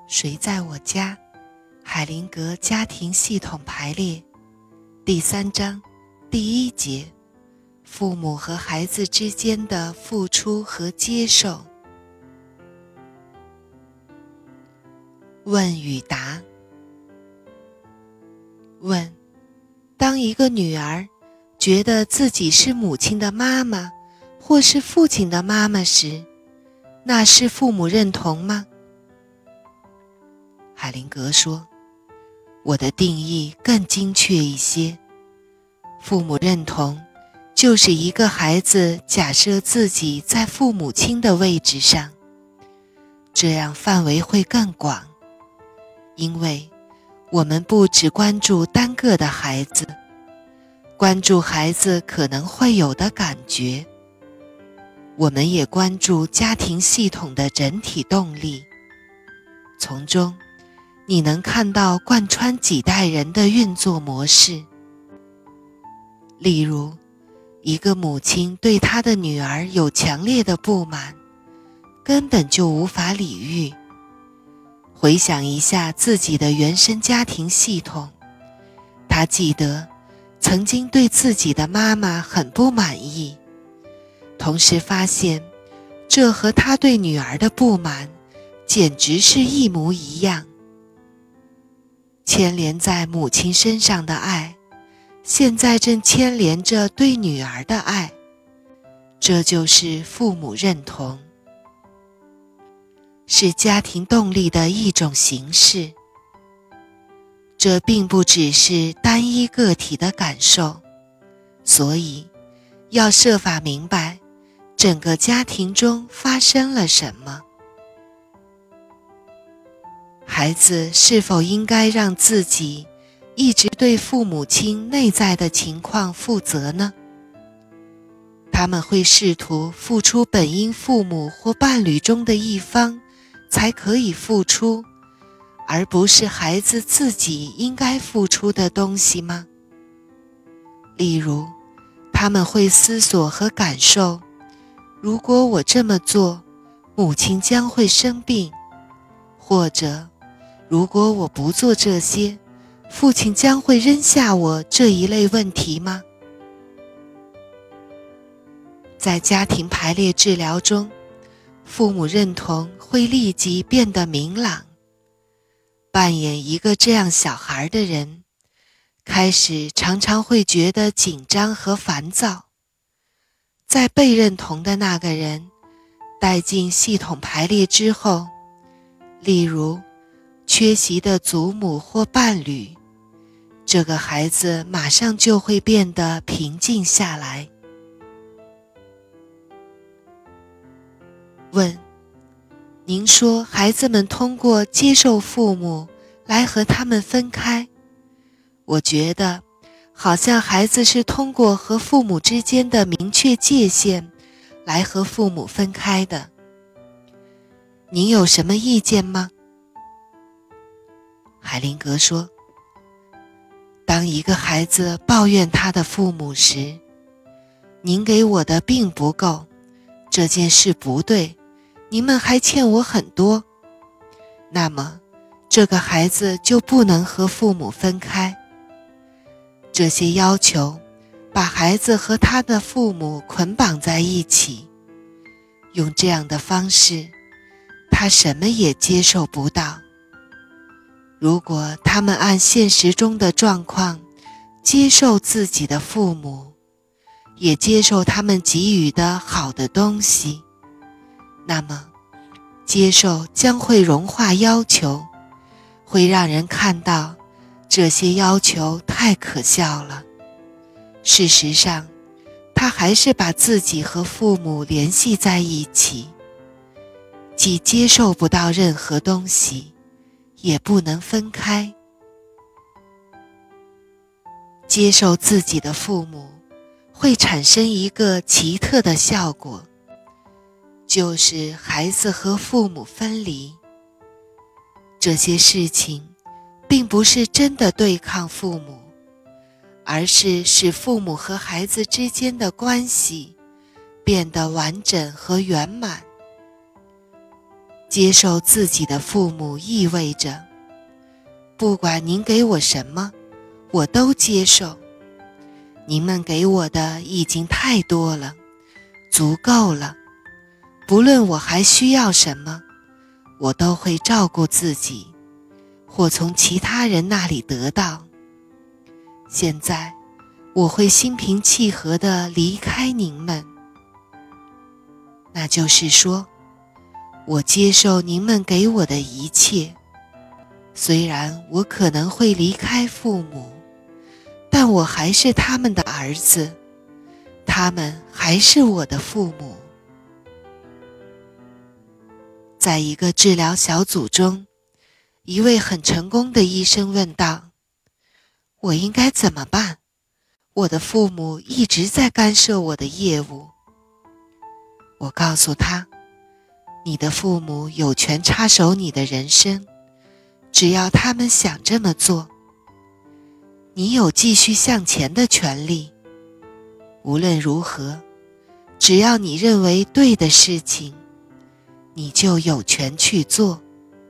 谁在我家？海灵格家庭系统排列第3章第1节，父母和孩子之间的付出和接受。问与答。问：当一个女儿觉得自己是母亲的妈妈或是父亲的妈妈时，那是父母认同吗？海灵格说，我的定义更精确一些。父母认同就是一个孩子假设自己在父母亲的位置上，这样范围会更广，因为我们不只关注单个的孩子，关注孩子可能会有的感觉，我们也关注家庭系统的整体动力，从中你能看到贯穿几代人的运作模式。例如，一个母亲对她的女儿有强烈的不满，根本就无法理喻。回想一下自己的原生家庭系统，她记得曾经对自己的妈妈很不满意，同时发现这和她对女儿的不满简直是一模一样。牵连在母亲身上的爱，现在正牵连着对女儿的爱，这就是父母认同，是家庭动力的一种形式。这并不只是单一个体的感受，所以要设法明白整个家庭中发生了什么。孩子是否应该让自己一直对父母亲内在的情况负责呢？他们会试图付出本应父母或伴侣中的一方才可以付出，而不是孩子自己应该付出的东西吗？例如，他们会思索和感受，如果我这么做，母亲将会生病，或者如果我不做这些，父亲将会扔下我这一类问题吗？在家庭排列治疗中，父母认同会立即变得明朗。扮演一个这样小孩的人，开始常常会觉得紧张和烦躁。在被认同的那个人带进系统排列之后，例如缺席的祖母或伴侣，这个孩子马上就会变得平静下来。问：您说孩子们通过接受父母来和他们分开，我觉得好像孩子是通过和父母之间的明确界限来和父母分开的。您有什么意见吗？海灵格说，当一个孩子抱怨他的父母时，您给我的并不够，这件事不对，你们还欠我很多，那么这个孩子就不能和父母分开。这些要求把孩子和他的父母捆绑在一起，用这样的方式，他什么也接受不到。如果他们按现实中的状况接受自己的父母，也接受他们给予的好的东西，那么接受将会融化要求，会让人看到这些要求太可笑了。事实上，他还是把自己和父母联系在一起，既接受不到任何东西，也不能分开。接受自己的父母会产生一个奇特的效果，就是孩子和父母分离。这些事情并不是真的对抗父母，而是使父母和孩子之间的关系变得完整和圆满。 接受自己的父母意味着，不管您给我什么，我都接受。您们给我的已经太多了，足够了。不论我还需要什么，我都会照顾自己，或从其他人那里得到。现在，我会心平气和地离开您们。那就是说，我接受您们给我的一切，虽然我可能会离开父母，但我还是他们的儿子，他们还是我的父母。在一个治疗小组中，一位很成功的医生问道：我应该怎么办？我的父母一直在干涉我的业务。我告诉他，你的父母有权插手你的人生，只要他们想这么做。你有继续向前的权利。无论如何，只要你认为对的事情，你就有权去做。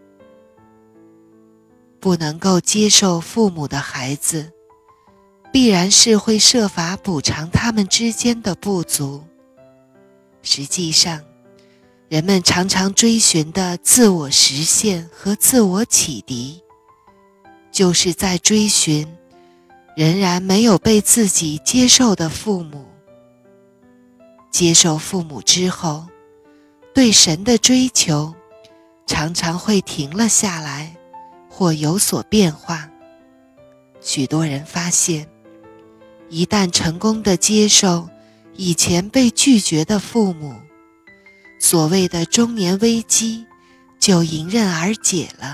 不能够接受父母的孩子，必然是会设法补偿他们之间的不足。实际上，人们常常追寻的自我实现和自我启迪，就是在追寻仍然没有被自己接受的父母。接受父母之后，对神的追求常常会停了下来，或有所变化。许多人发现，一旦成功地接受以前被拒绝的父母，所谓的中年危机就迎刃而解了。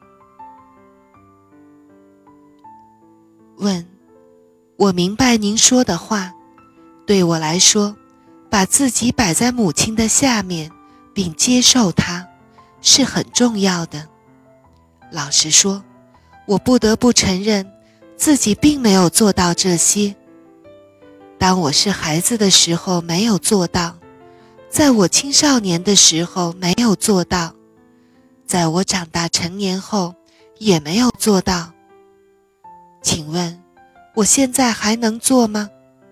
问：我明白您说的话，对我来说，把自己摆在母亲的下面并接受她是很重要的。老实说，我不得不承认自己并没有做到这些。当我是孩子的时候没有做到，在我青少年的时候没有做到，在我长大成年后也没有做到。请问，我现在还能做吗？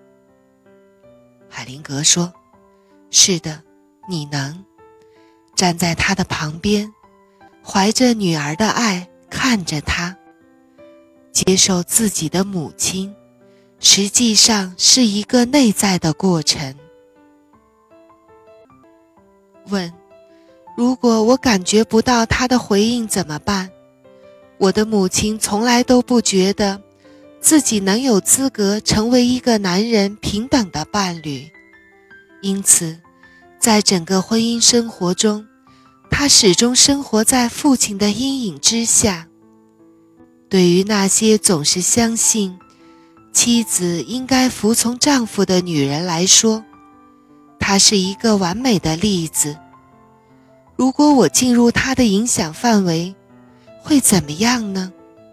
海灵格说：是的，你能。站在他的旁边，怀着女儿的爱看着他，接受自己的母亲，实际上是一个内在的过程。问：如果我感觉不到他的回应怎么办？我的母亲从来都不觉得自己能有资格成为一个男人平等的伴侣，因此在整个婚姻生活中，她始终生活在父亲的阴影之下。对于那些总是相信妻子应该服从丈夫的女人来说，她是一个完美的例子。如果我进入她的影响范围，会怎么样呢？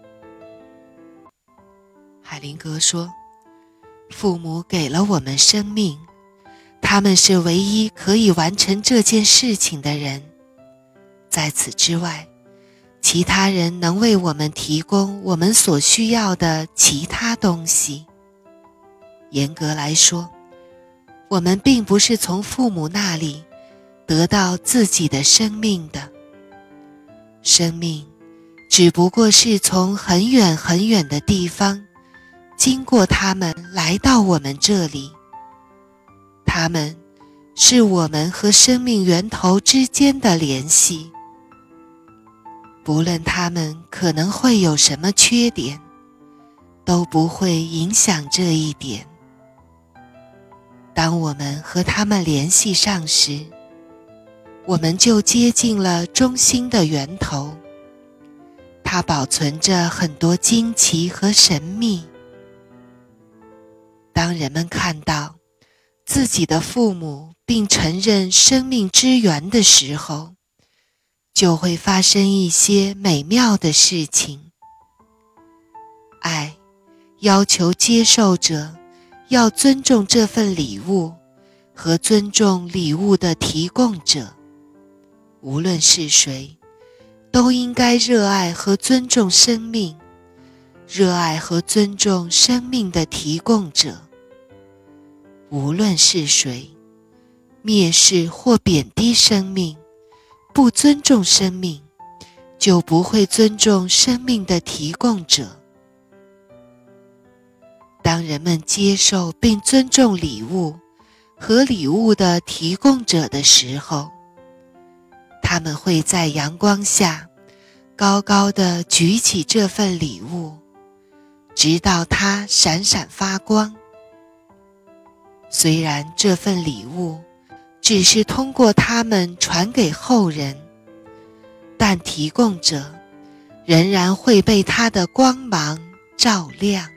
海灵格说：父母给了我们生命，他们是唯一可以完成这件事情的人。在此之外，其他人能为我们提供我们所需要的其他东西。严格来说，我们并不是从父母那里得到自己的生命的。生命只不过是从很远很远的地方经过他们来到我们这里。他们是我们和生命源头之间的联系。不论他们可能会有什么缺点，都不会影响这一点。当我们和他们联系上时，我们就接近了中心的源头，它保存着很多惊奇和神秘。当人们看到自己的父母并承认生命之源的时候，就会发生一些美妙的事情。爱要求接受者要尊重这份礼物和尊重礼物的提供者。 无论是谁，都应该热爱和尊重生命，热爱和尊重生命的提供者。无论是谁，蔑视或贬低生命，不尊重生命，就不会尊重生命的提供者。当人们接受并尊重礼物和礼物的提供者的时候，他们会在阳光下高高地举起这份礼物，直到它闪闪发光。虽然这份礼物只是通过他们传给后人，但提供者仍然会被它的光芒照亮。